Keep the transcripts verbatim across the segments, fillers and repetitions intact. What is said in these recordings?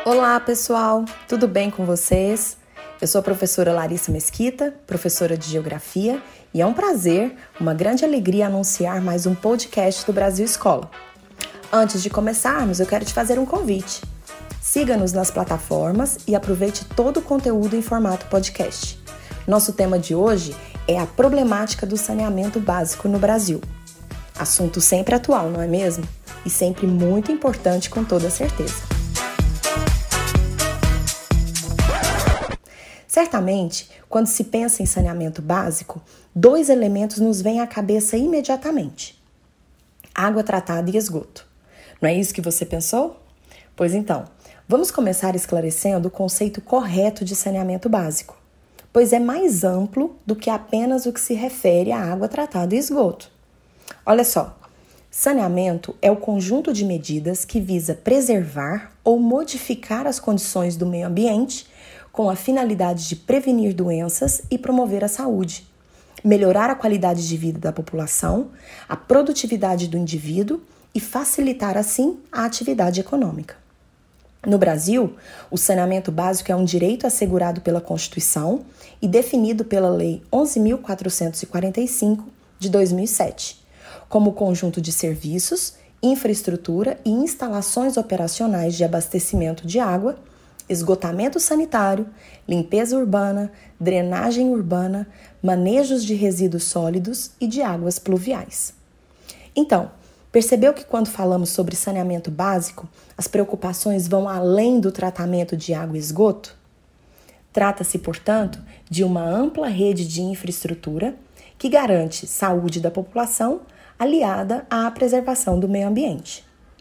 Olá, pessoal! Tudo bem com vocês? Eu sou a professora Larissa Mesquita, professora de Geografia, e é um prazer, uma grande alegria anunciar mais um podcast do Brasil Escola. Antes de começarmos, eu quero te fazer um convite. Siga-nos nas plataformas e aproveite todo o conteúdo em formato podcast. Nosso tema de hoje é a problemática do saneamento básico no Brasil. Assunto sempre atual, não é mesmo? E sempre muito importante, com toda certeza. Certamente, quando se pensa em saneamento básico, dois elementos nos vêm à cabeça imediatamente: água tratada e esgoto. Não é isso que você pensou? Pois então, vamos começar esclarecendo o conceito correto de saneamento básico, pois é mais amplo do que apenas o que se refere à água tratada e esgoto. Olha só, saneamento é o conjunto de medidas que visa preservar ou modificar as condições do meio ambiente com a finalidade de prevenir doenças e promover a saúde, melhorar a qualidade de vida da população, a produtividade do indivíduo e facilitar, assim, a atividade econômica. No Brasil, o saneamento básico é um direito assegurado pela Constituição e definido pela Lei onze mil quatrocentos e quarenta e cinco, de dois mil e sete, como conjunto de serviços, infraestrutura e instalações operacionais de abastecimento de água, esgotamento sanitário, limpeza urbana, drenagem urbana, manejos de resíduos sólidos e de águas pluviais. Então, percebeu que quando falamos sobre saneamento básico, as preocupações vão além do tratamento de água e esgoto? Trata-se, portanto, de uma ampla rede de infraestrutura que garante saúde da população aliada à preservação do meio ambiente.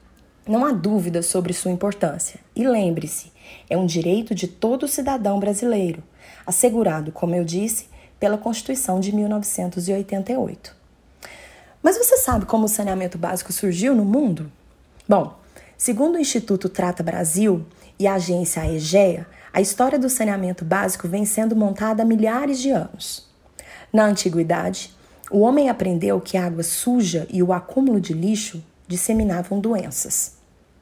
Não há dúvida sobre sua importância. E lembre-se, é um direito de todo cidadão brasileiro, assegurado, como eu disse, pela Constituição de mil novecentos e oitenta e oito. Mas você sabe como o saneamento básico surgiu no mundo? Bom, segundo o Instituto Trata Brasil e a agência Aegea, a história do saneamento básico vem sendo montada há milhares de anos. Na antiguidade, o homem aprendeu que a água suja e o acúmulo de lixo disseminavam doenças.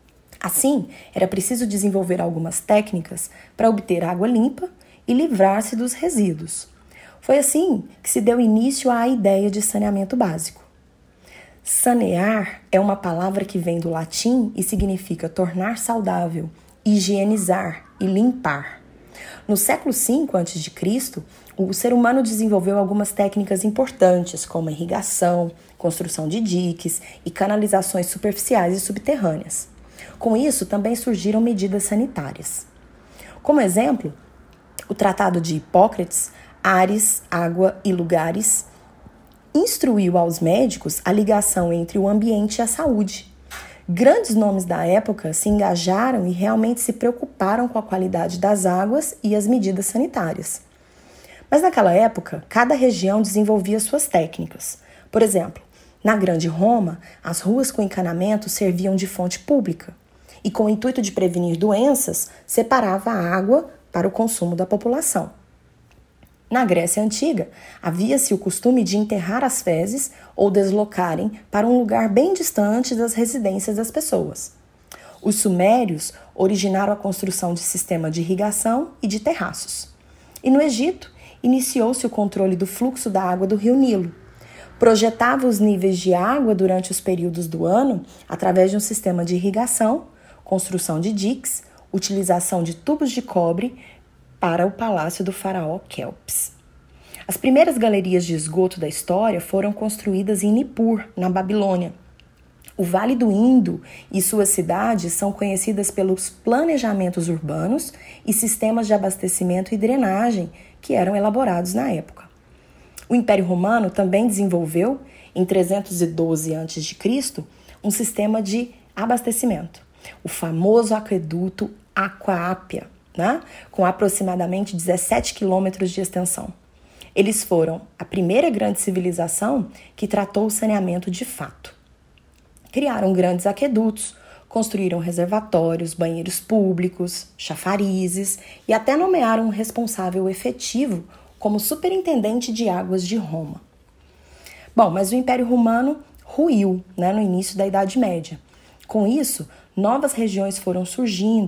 Assim, era preciso desenvolver algumas técnicas para obter água limpa e livrar-se dos resíduos. Foi assim que se deu início à ideia de saneamento básico. Sanear é uma palavra que vem do latim e significa tornar saudável, higienizar e limpar. No século cinco antes de Cristo, o ser humano desenvolveu algumas técnicas importantes, como a irrigação, construção de diques e canalizações superficiais e subterrâneas. Com isso, também surgiram medidas sanitárias. Como exemplo, o Tratado de Hipócrates, Ares, Água e Lugares, instruiu aos médicos a ligação entre o ambiente e a saúde. Grandes nomes da época se engajaram e realmente se preocuparam com a qualidade das águas e as medidas sanitárias. Mas naquela época, cada região desenvolvia suas técnicas. Por exemplo, na Grande Roma, as ruas com encanamento serviam de fonte pública e, com o intuito de prevenir doenças, separava a água para o consumo da população. Na Grécia Antiga, havia-se o costume de enterrar as fezes ou deslocarem para um lugar bem distante das residências das pessoas. Os sumérios originaram a construção de sistema de irrigação e de terraços. E no Egito, iniciou-se o controle do fluxo da água do rio Nilo. Projetava os níveis de água durante os períodos do ano através de um sistema de irrigação, construção de diques, utilização de tubos de cobre para o palácio do faraó Quelps. As primeiras galerias de esgoto da história foram construídas em Nippur, na Babilônia. O Vale do Indo e suas cidades são conhecidas pelos planejamentos urbanos e sistemas de abastecimento e drenagem que eram elaborados na época. O Império Romano também desenvolveu, em trezentos e doze antes de Cristo, um sistema de abastecimento, o famoso aqueduto Aqua Appia, né? Com aproximadamente dezessete quilômetros de extensão. Eles foram a primeira grande civilização que tratou o saneamento de fato. Criaram grandes aquedutos, construíram reservatórios, banheiros públicos, chafarizes e até nomearam um responsável efetivo como superintendente de águas de Roma. Bom, mas o Império Romano ruiu, né, no início da Idade Média. Com isso, novas regiões foram surgindo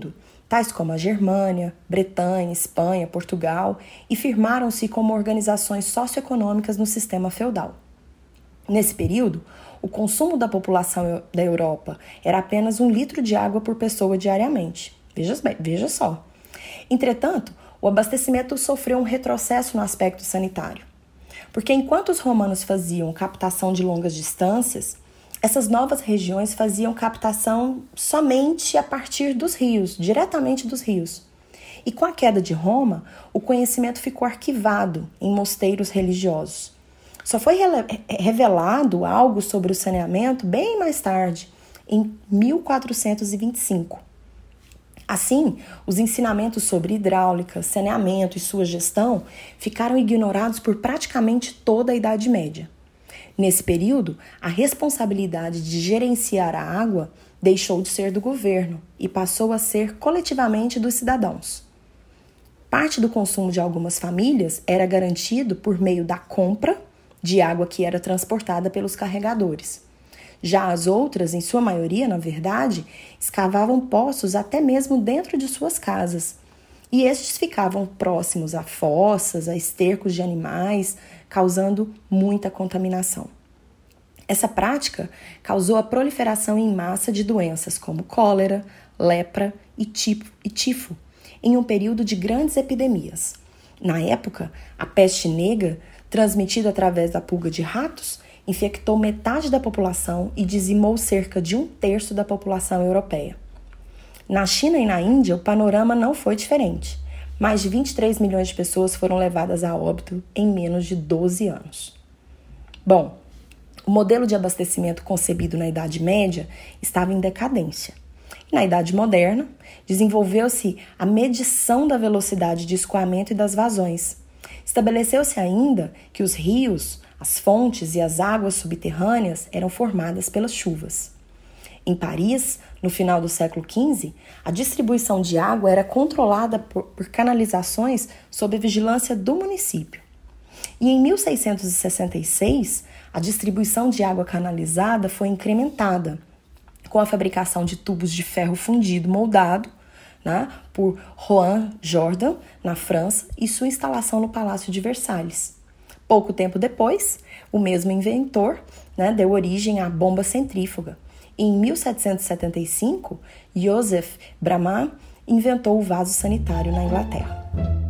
tais como a Germânia, Bretanha, Espanha, Portugal, e firmaram-se como organizações socioeconômicas no sistema feudal. Nesse período, o consumo da população da Europa era apenas um litro de água por pessoa diariamente. Veja, veja só. Entretanto, o abastecimento sofreu um retrocesso no aspecto sanitário. Porque enquanto os romanos faziam captação de longas distâncias, essas novas regiões faziam captação somente a partir dos rios, diretamente dos rios. E com a queda de Roma, o conhecimento ficou arquivado em mosteiros religiosos. Só foi revelado algo sobre o saneamento bem mais tarde, em mil quatrocentos e vinte e cinco. Assim, os ensinamentos sobre hidráulica, saneamento e sua gestão ficaram ignorados por praticamente toda a Idade Média. Nesse período, a responsabilidade de gerenciar a água deixou de ser do governo e passou a ser coletivamente dos cidadãos. Parte do consumo de algumas famílias era garantido por meio da compra de água que era transportada pelos carregadores. Já as outras, em sua maioria, na verdade, escavavam poços até mesmo dentro de suas casas. E estes ficavam próximos a fossas, a estercos de animais, causando muita contaminação. Essa prática causou a proliferação em massa de doenças como cólera, lepra e tifo, em um período de grandes epidemias. Na época, a peste negra, transmitida através da pulga de ratos, infectou metade da população e dizimou cerca de um terço da população europeia. Na China e na Índia, o panorama não foi diferente. Mais de vinte e três milhões de pessoas foram levadas a óbito em menos de doze anos. Bom, o modelo de abastecimento concebido na Idade Média estava em decadência. Na Idade Moderna, desenvolveu-se a medição da velocidade de escoamento e das vazões. Estabeleceu-se ainda que os rios, as fontes e as águas subterrâneas eram formadas pelas chuvas. Em Paris, no final do século quinze, a distribuição de água era controlada por, por canalizações sob a vigilância do município. E em mil seiscentos e sessenta e seis, a distribuição de água canalizada foi incrementada, com a fabricação de tubos de ferro fundido moldado, né, por Juan Jordan, na França, e sua instalação no Palácio de Versalhes. Pouco tempo depois, o mesmo inventor, né, deu origem à bomba centrífuga. E em mil setecentos e setenta e cinco, Joseph Bramah inventou o vaso sanitário na Inglaterra.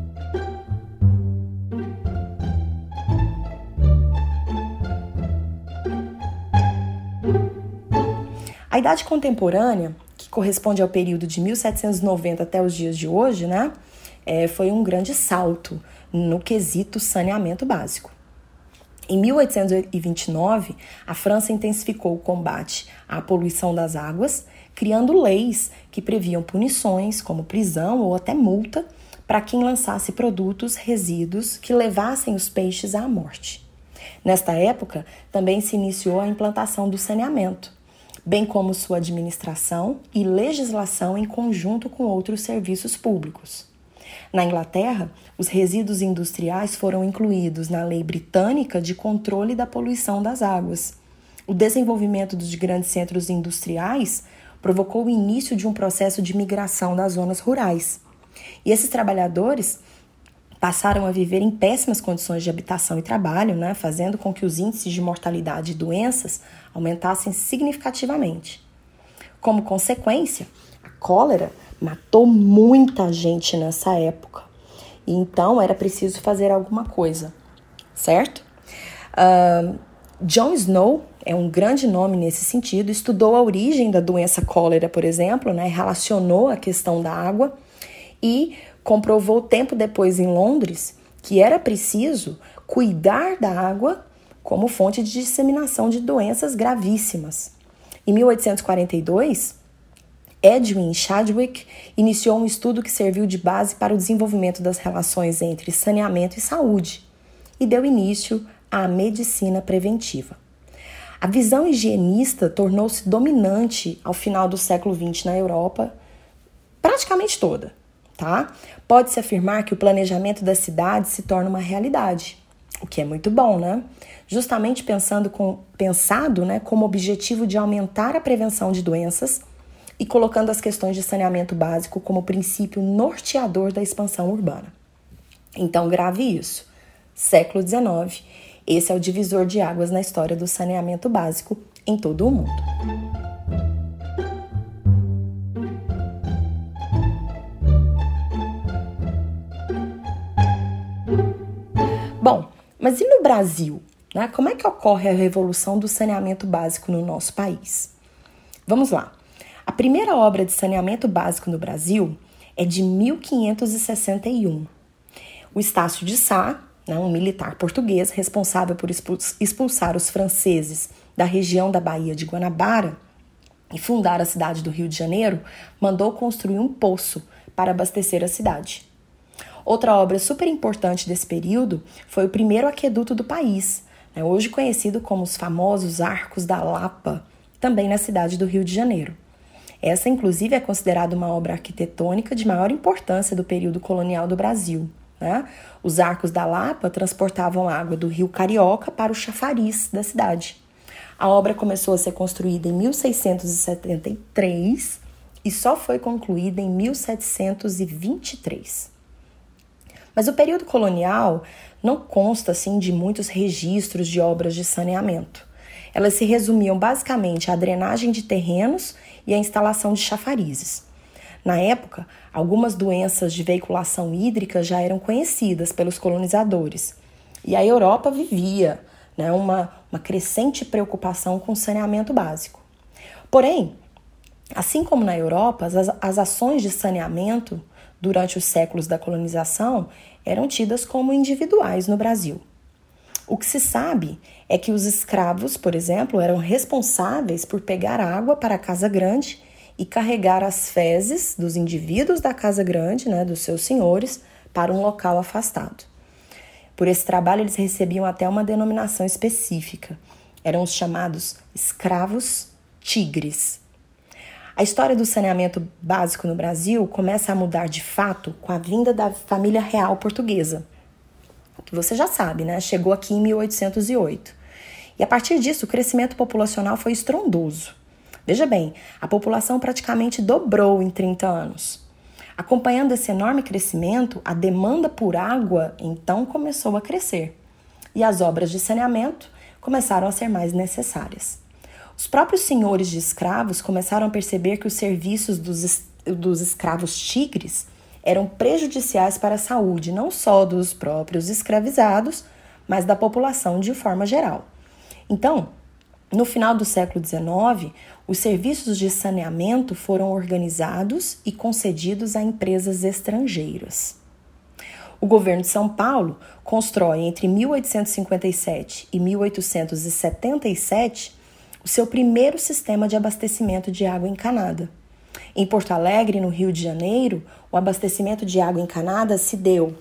A Idade Contemporânea, que corresponde ao período de mil setecentos e noventa até os dias de hoje, né, é, foi um grande salto no quesito saneamento básico. Em mil oitocentos e vinte e nove, a França intensificou o combate à poluição das águas, criando leis que previam punições, como prisão ou até multa, para quem lançasse produtos, resíduos que levassem os peixes à morte. Nesta época, também se iniciou a implantação do saneamento, bem como sua administração e legislação em conjunto com outros serviços públicos. Na Inglaterra, os resíduos industriais foram incluídos na Lei Britânica de Controle da Poluição das Águas. O desenvolvimento dos grandes centros industriais provocou o início de um processo de migração das zonas rurais. E esses trabalhadores passaram a viver em péssimas condições de habitação e trabalho, né, fazendo com que os índices de mortalidade e doenças aumentassem significativamente. Como consequência, a cólera matou muita gente nessa época. E então era preciso fazer alguma coisa, certo? Uh, John Snow é um grande nome nesse sentido, estudou a origem da doença cólera, por exemplo, né, relacionou a questão da água e comprovou tempo depois em Londres que era preciso cuidar da água como fonte de disseminação de doenças gravíssimas. Em mil oitocentos e quarenta e dois, Edwin Chadwick iniciou um estudo que serviu de base para o desenvolvimento das relações entre saneamento e saúde e deu início à medicina preventiva. A visão higienista tornou-se dominante ao final do século vinte na Europa, praticamente toda. Tá? Pode-se afirmar que o planejamento das cidades se torna uma realidade, o que é muito bom, né? Justamente pensando com, pensado, né, como objetivo de aumentar a prevenção de doenças e colocando as questões de saneamento básico como princípio norteador da expansão urbana. Então, grave isso. século dezenove, esse é o divisor de águas na história do saneamento básico em todo o mundo. Bom, mas e no Brasil? Né? Como é que ocorre a revolução do saneamento básico no nosso país? Vamos lá. A primeira obra de saneamento básico no Brasil é de mil quinhentos e sessenta e um. O Estácio de Sá, né, um militar português responsável por expulsar os franceses da região da Baía de Guanabara e fundar a cidade do Rio de Janeiro, mandou construir um poço para abastecer a cidade. Outra obra super importante desse período foi o primeiro aqueduto do país, né, hoje conhecido como os famosos Arcos da Lapa, também na cidade do Rio de Janeiro. Essa, inclusive, é considerada uma obra arquitetônica de maior importância do período colonial do Brasil. Né? Os Arcos da Lapa transportavam água do Rio Carioca para o chafariz da cidade. A obra começou a ser construída em mil seiscentos e setenta e três e só foi concluída em mil setecentos e vinte e três. Mas o período colonial não consta assim, de muitos registros de obras de saneamento. Elas se resumiam basicamente à drenagem de terrenos e à instalação de chafarizes. Na época, algumas doenças de veiculação hídrica já eram conhecidas pelos colonizadores. E a Europa vivia né, uma, uma crescente preocupação com o saneamento básico. Porém, assim como na Europa, as, as ações de saneamento durante os séculos da colonização eram tidas como individuais no Brasil. O que se sabe é que os escravos, por exemplo, eram responsáveis por pegar água para a Casa Grande e carregar as fezes dos indivíduos da Casa Grande, né, dos seus senhores, para um local afastado. Por esse trabalho, eles recebiam até uma denominação específica. Eram os chamados escravos tigres. A história do saneamento básico no Brasil começa a mudar de fato com a vinda da família real portuguesa, que você já sabe, né? Chegou aqui em mil oitocentos e oito. E a partir disso, o crescimento populacional foi estrondoso. Veja bem, a população praticamente dobrou em trinta anos. Acompanhando esse enorme crescimento, a demanda por água então começou a crescer. E as obras de saneamento começaram a ser mais necessárias. Os próprios senhores de escravos começaram a perceber que os serviços dos, es- dos escravos tigres eram prejudiciais para a saúde, não só dos próprios escravizados, mas da população de forma geral. Então, no final do século dezenove, os serviços de saneamento foram organizados e concedidos a empresas estrangeiras. O governo de São Paulo constrói entre mil oitocentos e cinquenta e sete e mil oitocentos e setenta e sete o seu primeiro sistema de abastecimento de água encanada. Em Porto Alegre, no Rio de Janeiro, o abastecimento de água encanada se deu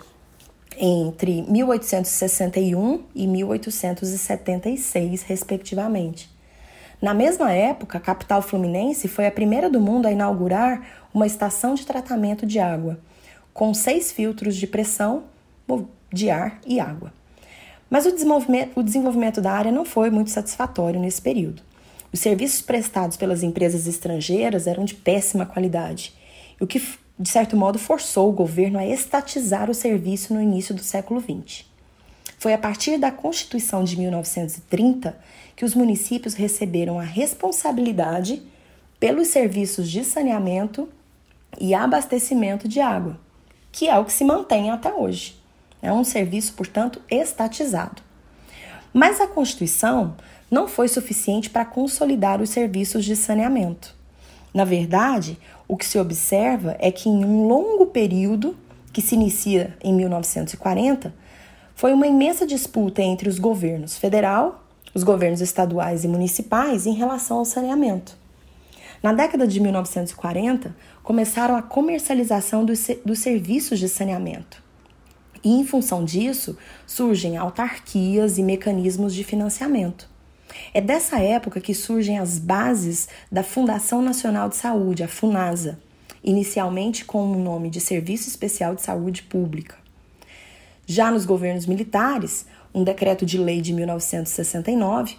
entre mil oitocentos e sessenta e um e mil oitocentos e setenta e seis, respectivamente. Na mesma época, a capital fluminense foi a primeira do mundo a inaugurar uma estação de tratamento de água, com seis filtros de pressão de ar e água. Mas o desenvolvimento, o desenvolvimento da área não foi muito satisfatório nesse período. Os serviços prestados pelas empresas estrangeiras eram de péssima qualidade, o que, de certo modo, forçou o governo a estatizar o serviço no início do século vinte. Foi a partir da Constituição de mil novecentos e trinta que os municípios receberam a responsabilidade pelos serviços de saneamento e abastecimento de água, que é o que se mantém até hoje. É um serviço, portanto, estatizado. Mas a Constituição não foi suficiente para consolidar os serviços de saneamento. Na verdade, o que se observa é que em um longo período, que se inicia em mil novecentos e quarenta, foi uma imensa disputa entre os governos federal, os governos estaduais e municipais em relação ao saneamento. Na década de mil novecentos e quarenta, começaram a comercialização dos, dos serviços de saneamento. E, em função disso, surgem autarquias e mecanismos de financiamento. É dessa época que surgem as bases da Fundação Nacional de Saúde, a FUNASA, inicialmente com o nome de Serviço Especial de Saúde Pública. Já nos governos militares, um decreto de lei de mil novecentos e sessenta e nove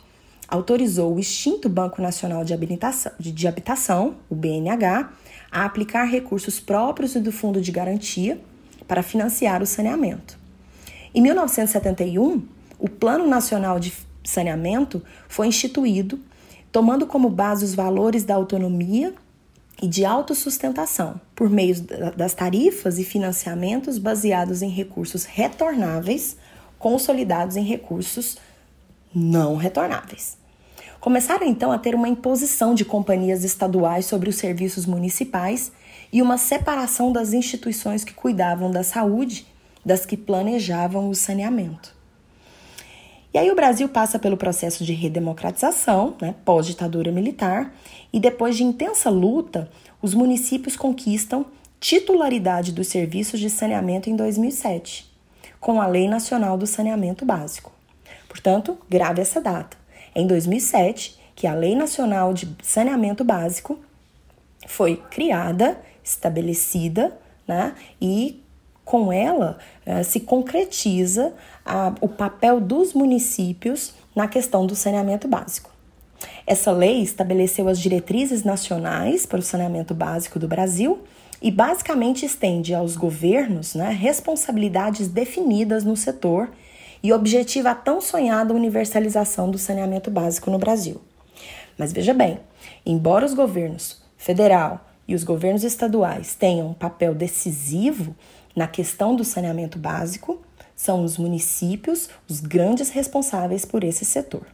autorizou o extinto Banco Nacional de Habitação, de Habitação, o B N H, a aplicar recursos próprios do Fundo de Garantia para financiar o saneamento. Em mil novecentos e setenta e um, o Plano Nacional de Saneamento foi instituído, tomando como base os valores da autonomia e de autossustentação, por meio das tarifas e financiamentos baseados em recursos retornáveis, consolidados em recursos não retornáveis. Começaram então a ter uma imposição de companhias estaduais sobre os serviços municipais e uma separação das instituições que cuidavam da saúde das que planejavam o saneamento. E aí o Brasil passa pelo processo de redemocratização, né, pós-ditadura militar, e depois de intensa luta, os municípios conquistam titularidade dos serviços de saneamento em dois mil e sete, com a Lei Nacional do Saneamento Básico. Portanto, grave essa data. É em dois mil e sete que a Lei Nacional de Saneamento Básico foi criada, estabelecida, né, e com ela uh, se concretiza uh, o papel dos municípios na questão do saneamento básico. Essa lei estabeleceu as diretrizes nacionais para o saneamento básico do Brasil e basicamente estende aos governos, né, responsabilidades definidas no setor e objetiva a tão sonhada universalização do saneamento básico no Brasil. Mas veja bem, embora os governos federal e os governos estaduais tenham um papel decisivo na questão do saneamento básico, são os municípios os grandes responsáveis por esse setor.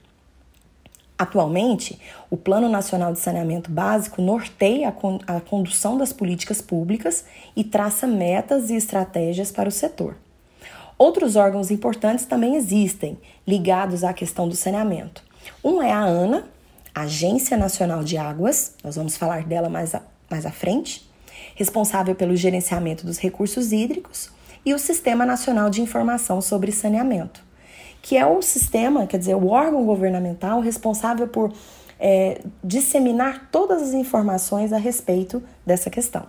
Atualmente, o Plano Nacional de Saneamento Básico norteia a condução das políticas públicas e traça metas e estratégias para o setor. Outros órgãos importantes também existem, ligados à questão do saneamento. Um é a ANA, Agência Nacional de Águas, nós vamos falar dela mais, a, mais à frente, responsável pelo gerenciamento dos recursos hídricos, e o Sistema Nacional de Informação sobre Saneamento, que é o sistema, quer dizer, o órgão governamental responsável por é, disseminar todas as informações a respeito dessa questão.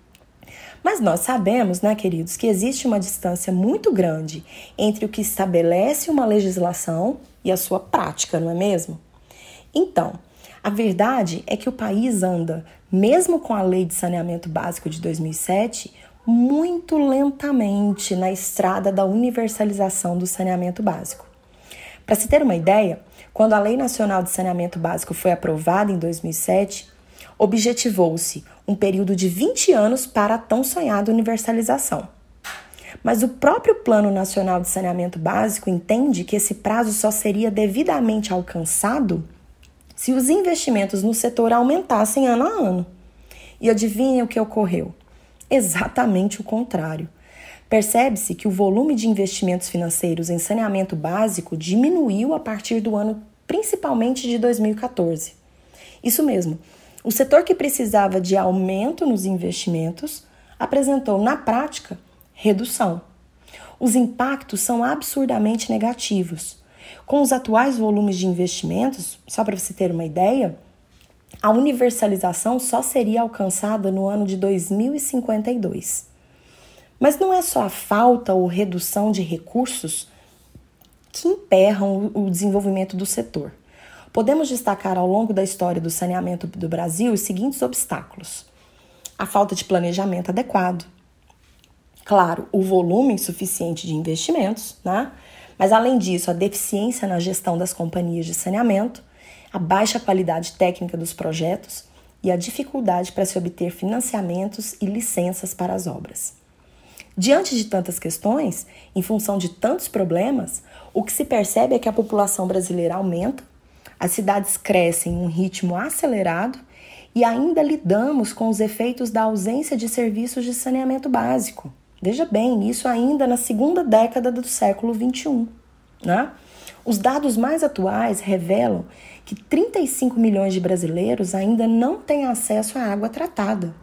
Mas nós sabemos, né, queridos, que existe uma distância muito grande entre o que estabelece uma legislação e a sua prática, não é mesmo? Então, a verdade é que o país anda, mesmo com a Lei de Saneamento Básico de dois mil e sete, muito lentamente na estrada da universalização do saneamento básico. Para se ter uma ideia, quando a Lei Nacional de Saneamento Básico foi aprovada em dois mil e sete, objetivou-se um período de vinte anos para a tão sonhada universalização. Mas o próprio Plano Nacional de Saneamento Básico entende que esse prazo só seria devidamente alcançado se os investimentos no setor aumentassem ano a ano. E adivinhem o que ocorreu? Exatamente o contrário. Percebe-se que o volume de investimentos financeiros em saneamento básico diminuiu a partir do ano, principalmente de dois mil e quatorze. Isso mesmo, o setor que precisava de aumento nos investimentos apresentou, na prática, redução. Os impactos são absurdamente negativos. Com os atuais volumes de investimentos, só para você ter uma ideia, a universalização só seria alcançada no ano de dois mil e cinquenta e dois. Mas não é só a falta ou redução de recursos que emperram o desenvolvimento do setor. Podemos destacar ao longo da história do saneamento do Brasil os seguintes obstáculos: a falta de planejamento adequado, claro, o volume insuficiente de investimentos, né? Mas além disso, a deficiência na gestão das companhias de saneamento, a baixa qualidade técnica dos projetos e a dificuldade para se obter financiamentos e licenças para as obras. Diante de tantas questões, em função de tantos problemas, o que se percebe é que a população brasileira aumenta, as cidades crescem em um ritmo acelerado e ainda lidamos com os efeitos da ausência de serviços de saneamento básico. Veja bem, isso ainda na segunda década do século vinte e um. Né? Os dados mais atuais revelam que trinta e cinco milhões de brasileiros ainda não têm acesso à água tratada.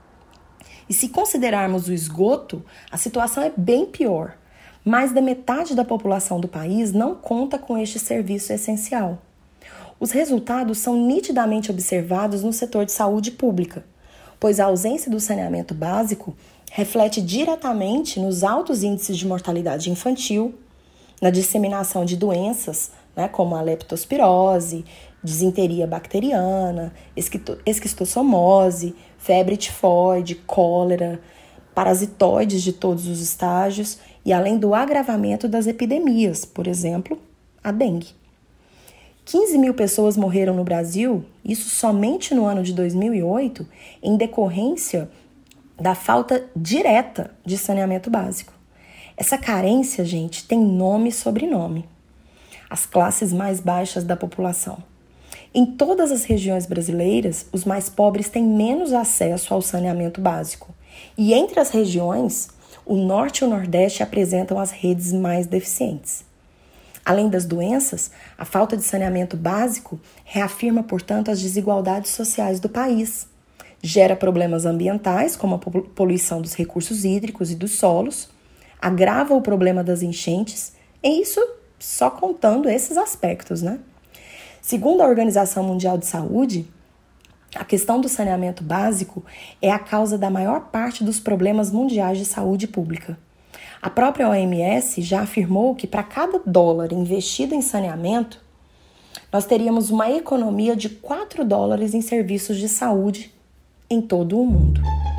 E se considerarmos o esgoto, a situação é bem pior. Mais da metade da população do país não conta com este serviço essencial. Os resultados são nitidamente observados no setor de saúde pública, pois a ausência do saneamento básico reflete diretamente nos altos índices de mortalidade infantil, na disseminação de doenças, né, como a leptospirose, disenteria bacteriana, esquistossomose, febre tifoide, cólera, parasitoides de todos os estágios e além do agravamento das epidemias, por exemplo, a dengue. quinze mil pessoas morreram no Brasil, isso somente no ano de dois mil e oito, em decorrência da falta direta de saneamento básico. Essa carência, gente, tem nome e sobrenome. As classes mais baixas da população. Em todas as regiões brasileiras, os mais pobres têm menos acesso ao saneamento básico. E entre as regiões, o Norte e o Nordeste apresentam as redes mais deficientes. Além das doenças, a falta de saneamento básico reafirma, portanto, as desigualdades sociais do país. Gera problemas ambientais, como a poluição dos recursos hídricos e dos solos, agrava o problema das enchentes, e isso só contando esses aspectos, né? Segundo a Organização Mundial de Saúde, a questão do saneamento básico é a causa da maior parte dos problemas mundiais de saúde pública. A própria O M S já afirmou que para cada dólar investido em saneamento, nós teríamos uma economia de quatro dólares em serviços de saúde em todo o mundo.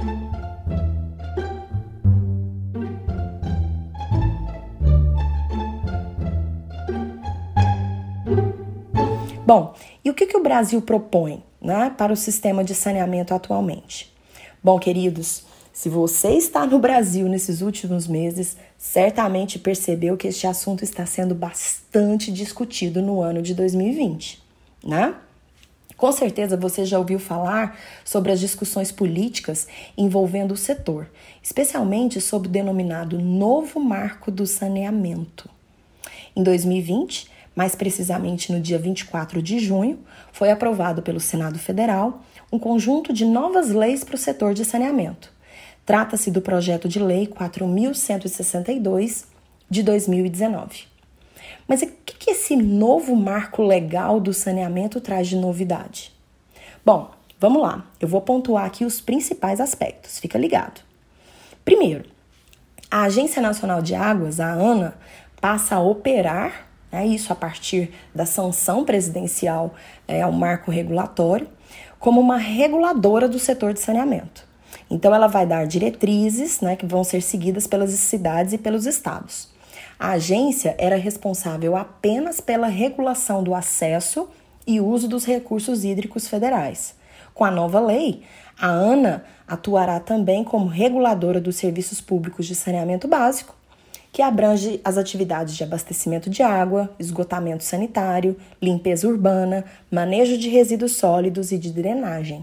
Bom, e o que, que o Brasil propõe, né, para o sistema de saneamento atualmente? Bom, queridos, se você está no Brasil nesses últimos meses, certamente percebeu que este assunto está sendo bastante discutido no ano de dois mil e vinte, né? Com certeza você já ouviu falar sobre as discussões políticas envolvendo o setor, especialmente sobre o denominado Novo Marco do Saneamento. Em dois mil e vinte, mais precisamente no dia vinte e quatro de junho, foi aprovado pelo Senado Federal um conjunto de novas leis para o setor de saneamento. Trata-se do projeto de lei quatro mil cento e sessenta e dois de dois mil e dezenove. Mas o que esse novo marco legal do saneamento traz de novidade? Bom, vamos lá. Eu vou pontuar aqui os principais aspectos. Fica ligado. Primeiro, a Agência Nacional de Águas, a ANA, passa a operar, é isso a partir da sanção presidencial é, ao marco regulatório, como uma reguladora do setor de saneamento. Então, ela vai dar diretrizes, né, que vão ser seguidas pelas cidades e pelos estados. A agência era responsável apenas pela regulação do acesso e uso dos recursos hídricos federais. Com a nova lei, a ANA atuará também como reguladora dos serviços públicos de saneamento básico, que abrange as atividades de abastecimento de água, esgotamento sanitário, limpeza urbana, manejo de resíduos sólidos e de drenagem.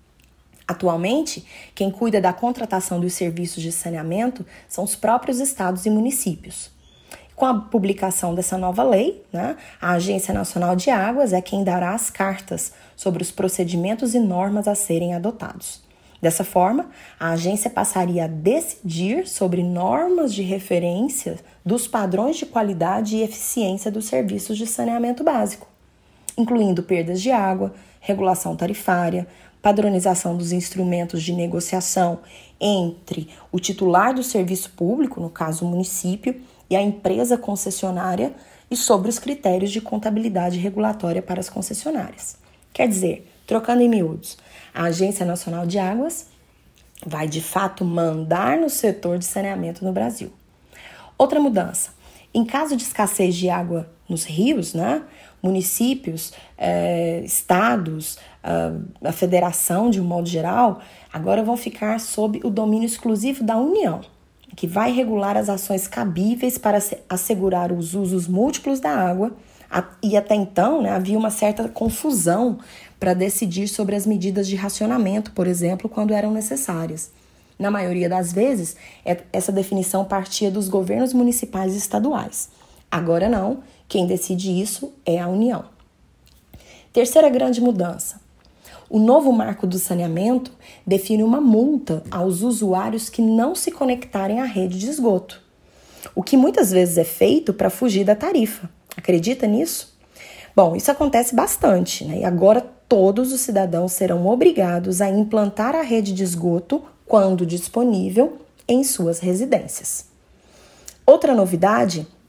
Atualmente, quem cuida da contratação dos serviços de saneamento são os próprios estados e municípios. Com a publicação dessa nova lei, né, a Agência Nacional de Águas é quem dará as cartas sobre os procedimentos e normas a serem adotados. Dessa forma, a agência passaria a decidir sobre normas de referência dos padrões de qualidade e eficiência dos serviços de saneamento básico, incluindo perdas de água, regulação tarifária, padronização dos instrumentos de negociação entre o titular do serviço público, no caso o município, e a empresa concessionária e sobre os critérios de contabilidade regulatória para as concessionárias. Quer dizer, trocando em miúdos, a Agência Nacional de Águas vai de fato mandar no setor de saneamento no Brasil. Outra mudança, em caso de escassez de água nos rios, né, municípios, eh, estados, a, a federação de um modo geral, agora vão ficar sob o domínio exclusivo da União, que vai regular as ações cabíveis para assegurar os usos múltiplos da água, e até então, né, havia uma certa confusão para decidir sobre as medidas de racionamento, por exemplo, quando eram necessárias. Na maioria das vezes, essa definição partia dos governos municipais e estaduais. Agora não, quem decide isso é a União. Terceira grande mudança. O novo marco do saneamento define uma multa aos usuários que não se conectarem à rede de esgoto, o que muitas vezes é feito para fugir da tarifa. Acredita nisso? Bom, isso acontece bastante, né? E agora todos os cidadãos serão obrigados a implantar a rede de esgoto, quando disponível, em suas residências. Outra novidade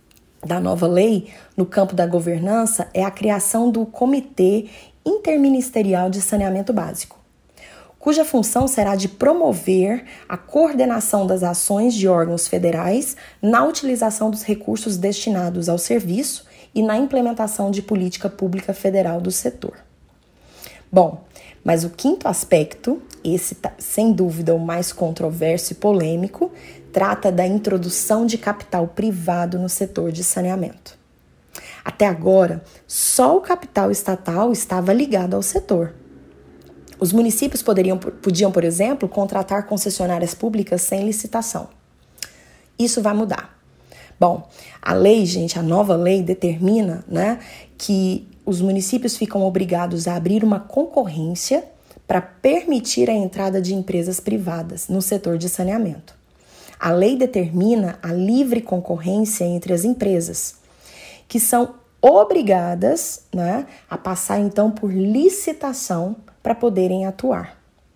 da nova lei no campo da governança é a criação do Comitê Interministerial de Saneamento Básico, cuja função será de promover a coordenação das ações de órgãos federais na utilização dos recursos destinados ao serviço e na implementação de política pública federal do setor. Bom, mas o quinto aspecto, esse sem dúvida o mais controverso e polêmico, trata da introdução de capital privado no setor de saneamento. Até agora, só o capital estatal estava ligado ao setor. Os municípios poderiam, podiam, por exemplo, contratar concessionárias públicas sem licitação. Isso vai mudar. Bom, a lei, gente, a nova lei determina, né, que os municípios ficam obrigados a abrir uma concorrência para permitir a entrada de empresas privadas no setor de saneamento. A lei determina a livre concorrência entre as empresas, que são obrigadas, né, a passar então por licitação para poderem atuar.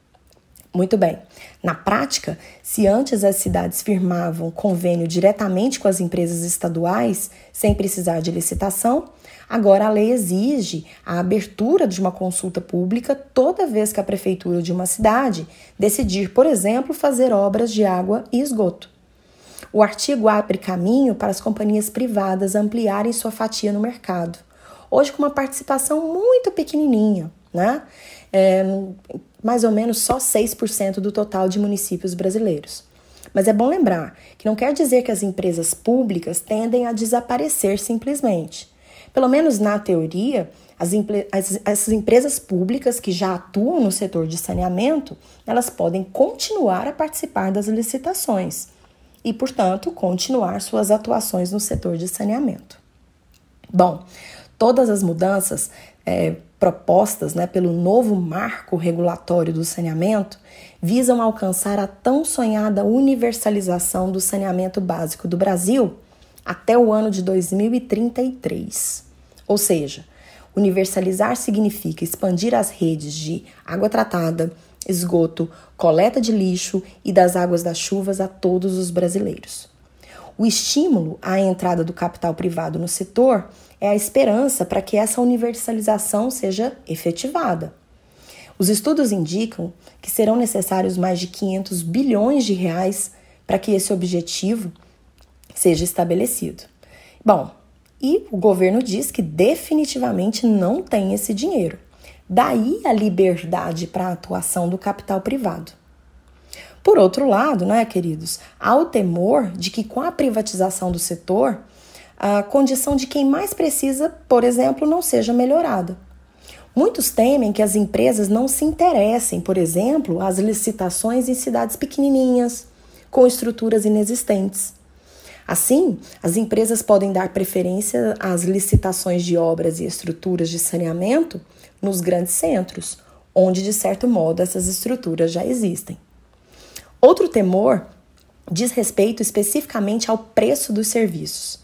Muito bem. Na prática, se antes as cidades firmavam convênio diretamente com as empresas estaduais, sem precisar de licitação, agora a lei exige a abertura de uma consulta pública toda vez que a prefeitura de uma cidade decidir, por exemplo, fazer obras de água e esgoto. O artigo abre caminho para as companhias privadas ampliarem sua fatia no mercado, hoje com uma participação muito pequenininha, né? É, mais ou menos só seis por cento do total de municípios brasileiros. Mas é bom lembrar que não quer dizer que as empresas públicas tendem a desaparecer simplesmente. Pelo menos na teoria, as, as, as empresas públicas que já atuam no setor de saneamento, elas podem continuar a participar das licitações e, portanto, continuar suas atuações no setor de saneamento. Bom, todas as mudanças é, propostas, né, pelo novo marco regulatório do saneamento visam alcançar a tão sonhada universalização do saneamento básico do Brasil até o ano de dois mil e trinta e três. Ou seja, universalizar significa expandir as redes de água tratada, esgoto, coleta de lixo e das águas das chuvas a todos os brasileiros. O estímulo à entrada do capital privado no setor é a esperança para que essa universalização seja efetivada. Os estudos indicam que serão necessários mais de quinhentos bilhões de reais para que esse objetivo seja estabelecido. Bom, e o governo diz que definitivamente não tem esse dinheiro. Daí a liberdade para a atuação do capital privado. Por outro lado, né, queridos, há o temor de que com a privatização do setor, a condição de quem mais precisa, por exemplo, não seja melhorada. Muitos temem que as empresas não se interessem, por exemplo, às licitações em cidades pequenininhas, com estruturas inexistentes. Assim, as empresas podem dar preferência às licitações de obras e estruturas de saneamento nos grandes centros, onde, de certo modo, essas estruturas já existem. Outro temor diz respeito especificamente ao preço dos serviços.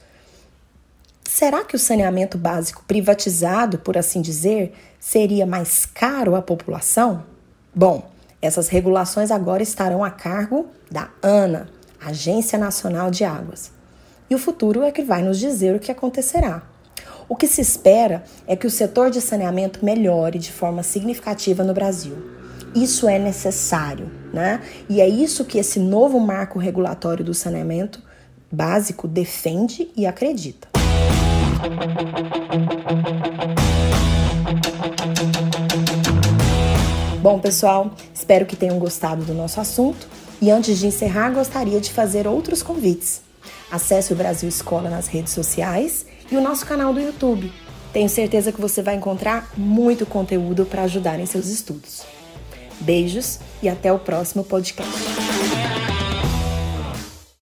Será que o saneamento básico privatizado, por assim dizer, seria mais caro à população? Bom, essas regulações agora estarão a cargo da ANA, Agência Nacional de Águas. E o futuro é que vai nos dizer o que acontecerá. O que se espera é que o setor de saneamento melhore de forma significativa no Brasil. Isso é necessário, né? E é isso que esse novo marco regulatório do saneamento básico defende e acredita. Bom, pessoal, espero que tenham gostado do nosso assunto e antes de encerrar, gostaria de fazer outros convites. Acesse o Brasil Escola nas redes sociais e o nosso canal do YouTube. Tenho certeza que você vai encontrar muito conteúdo para ajudar em seus estudos. Beijos e até o próximo podcast.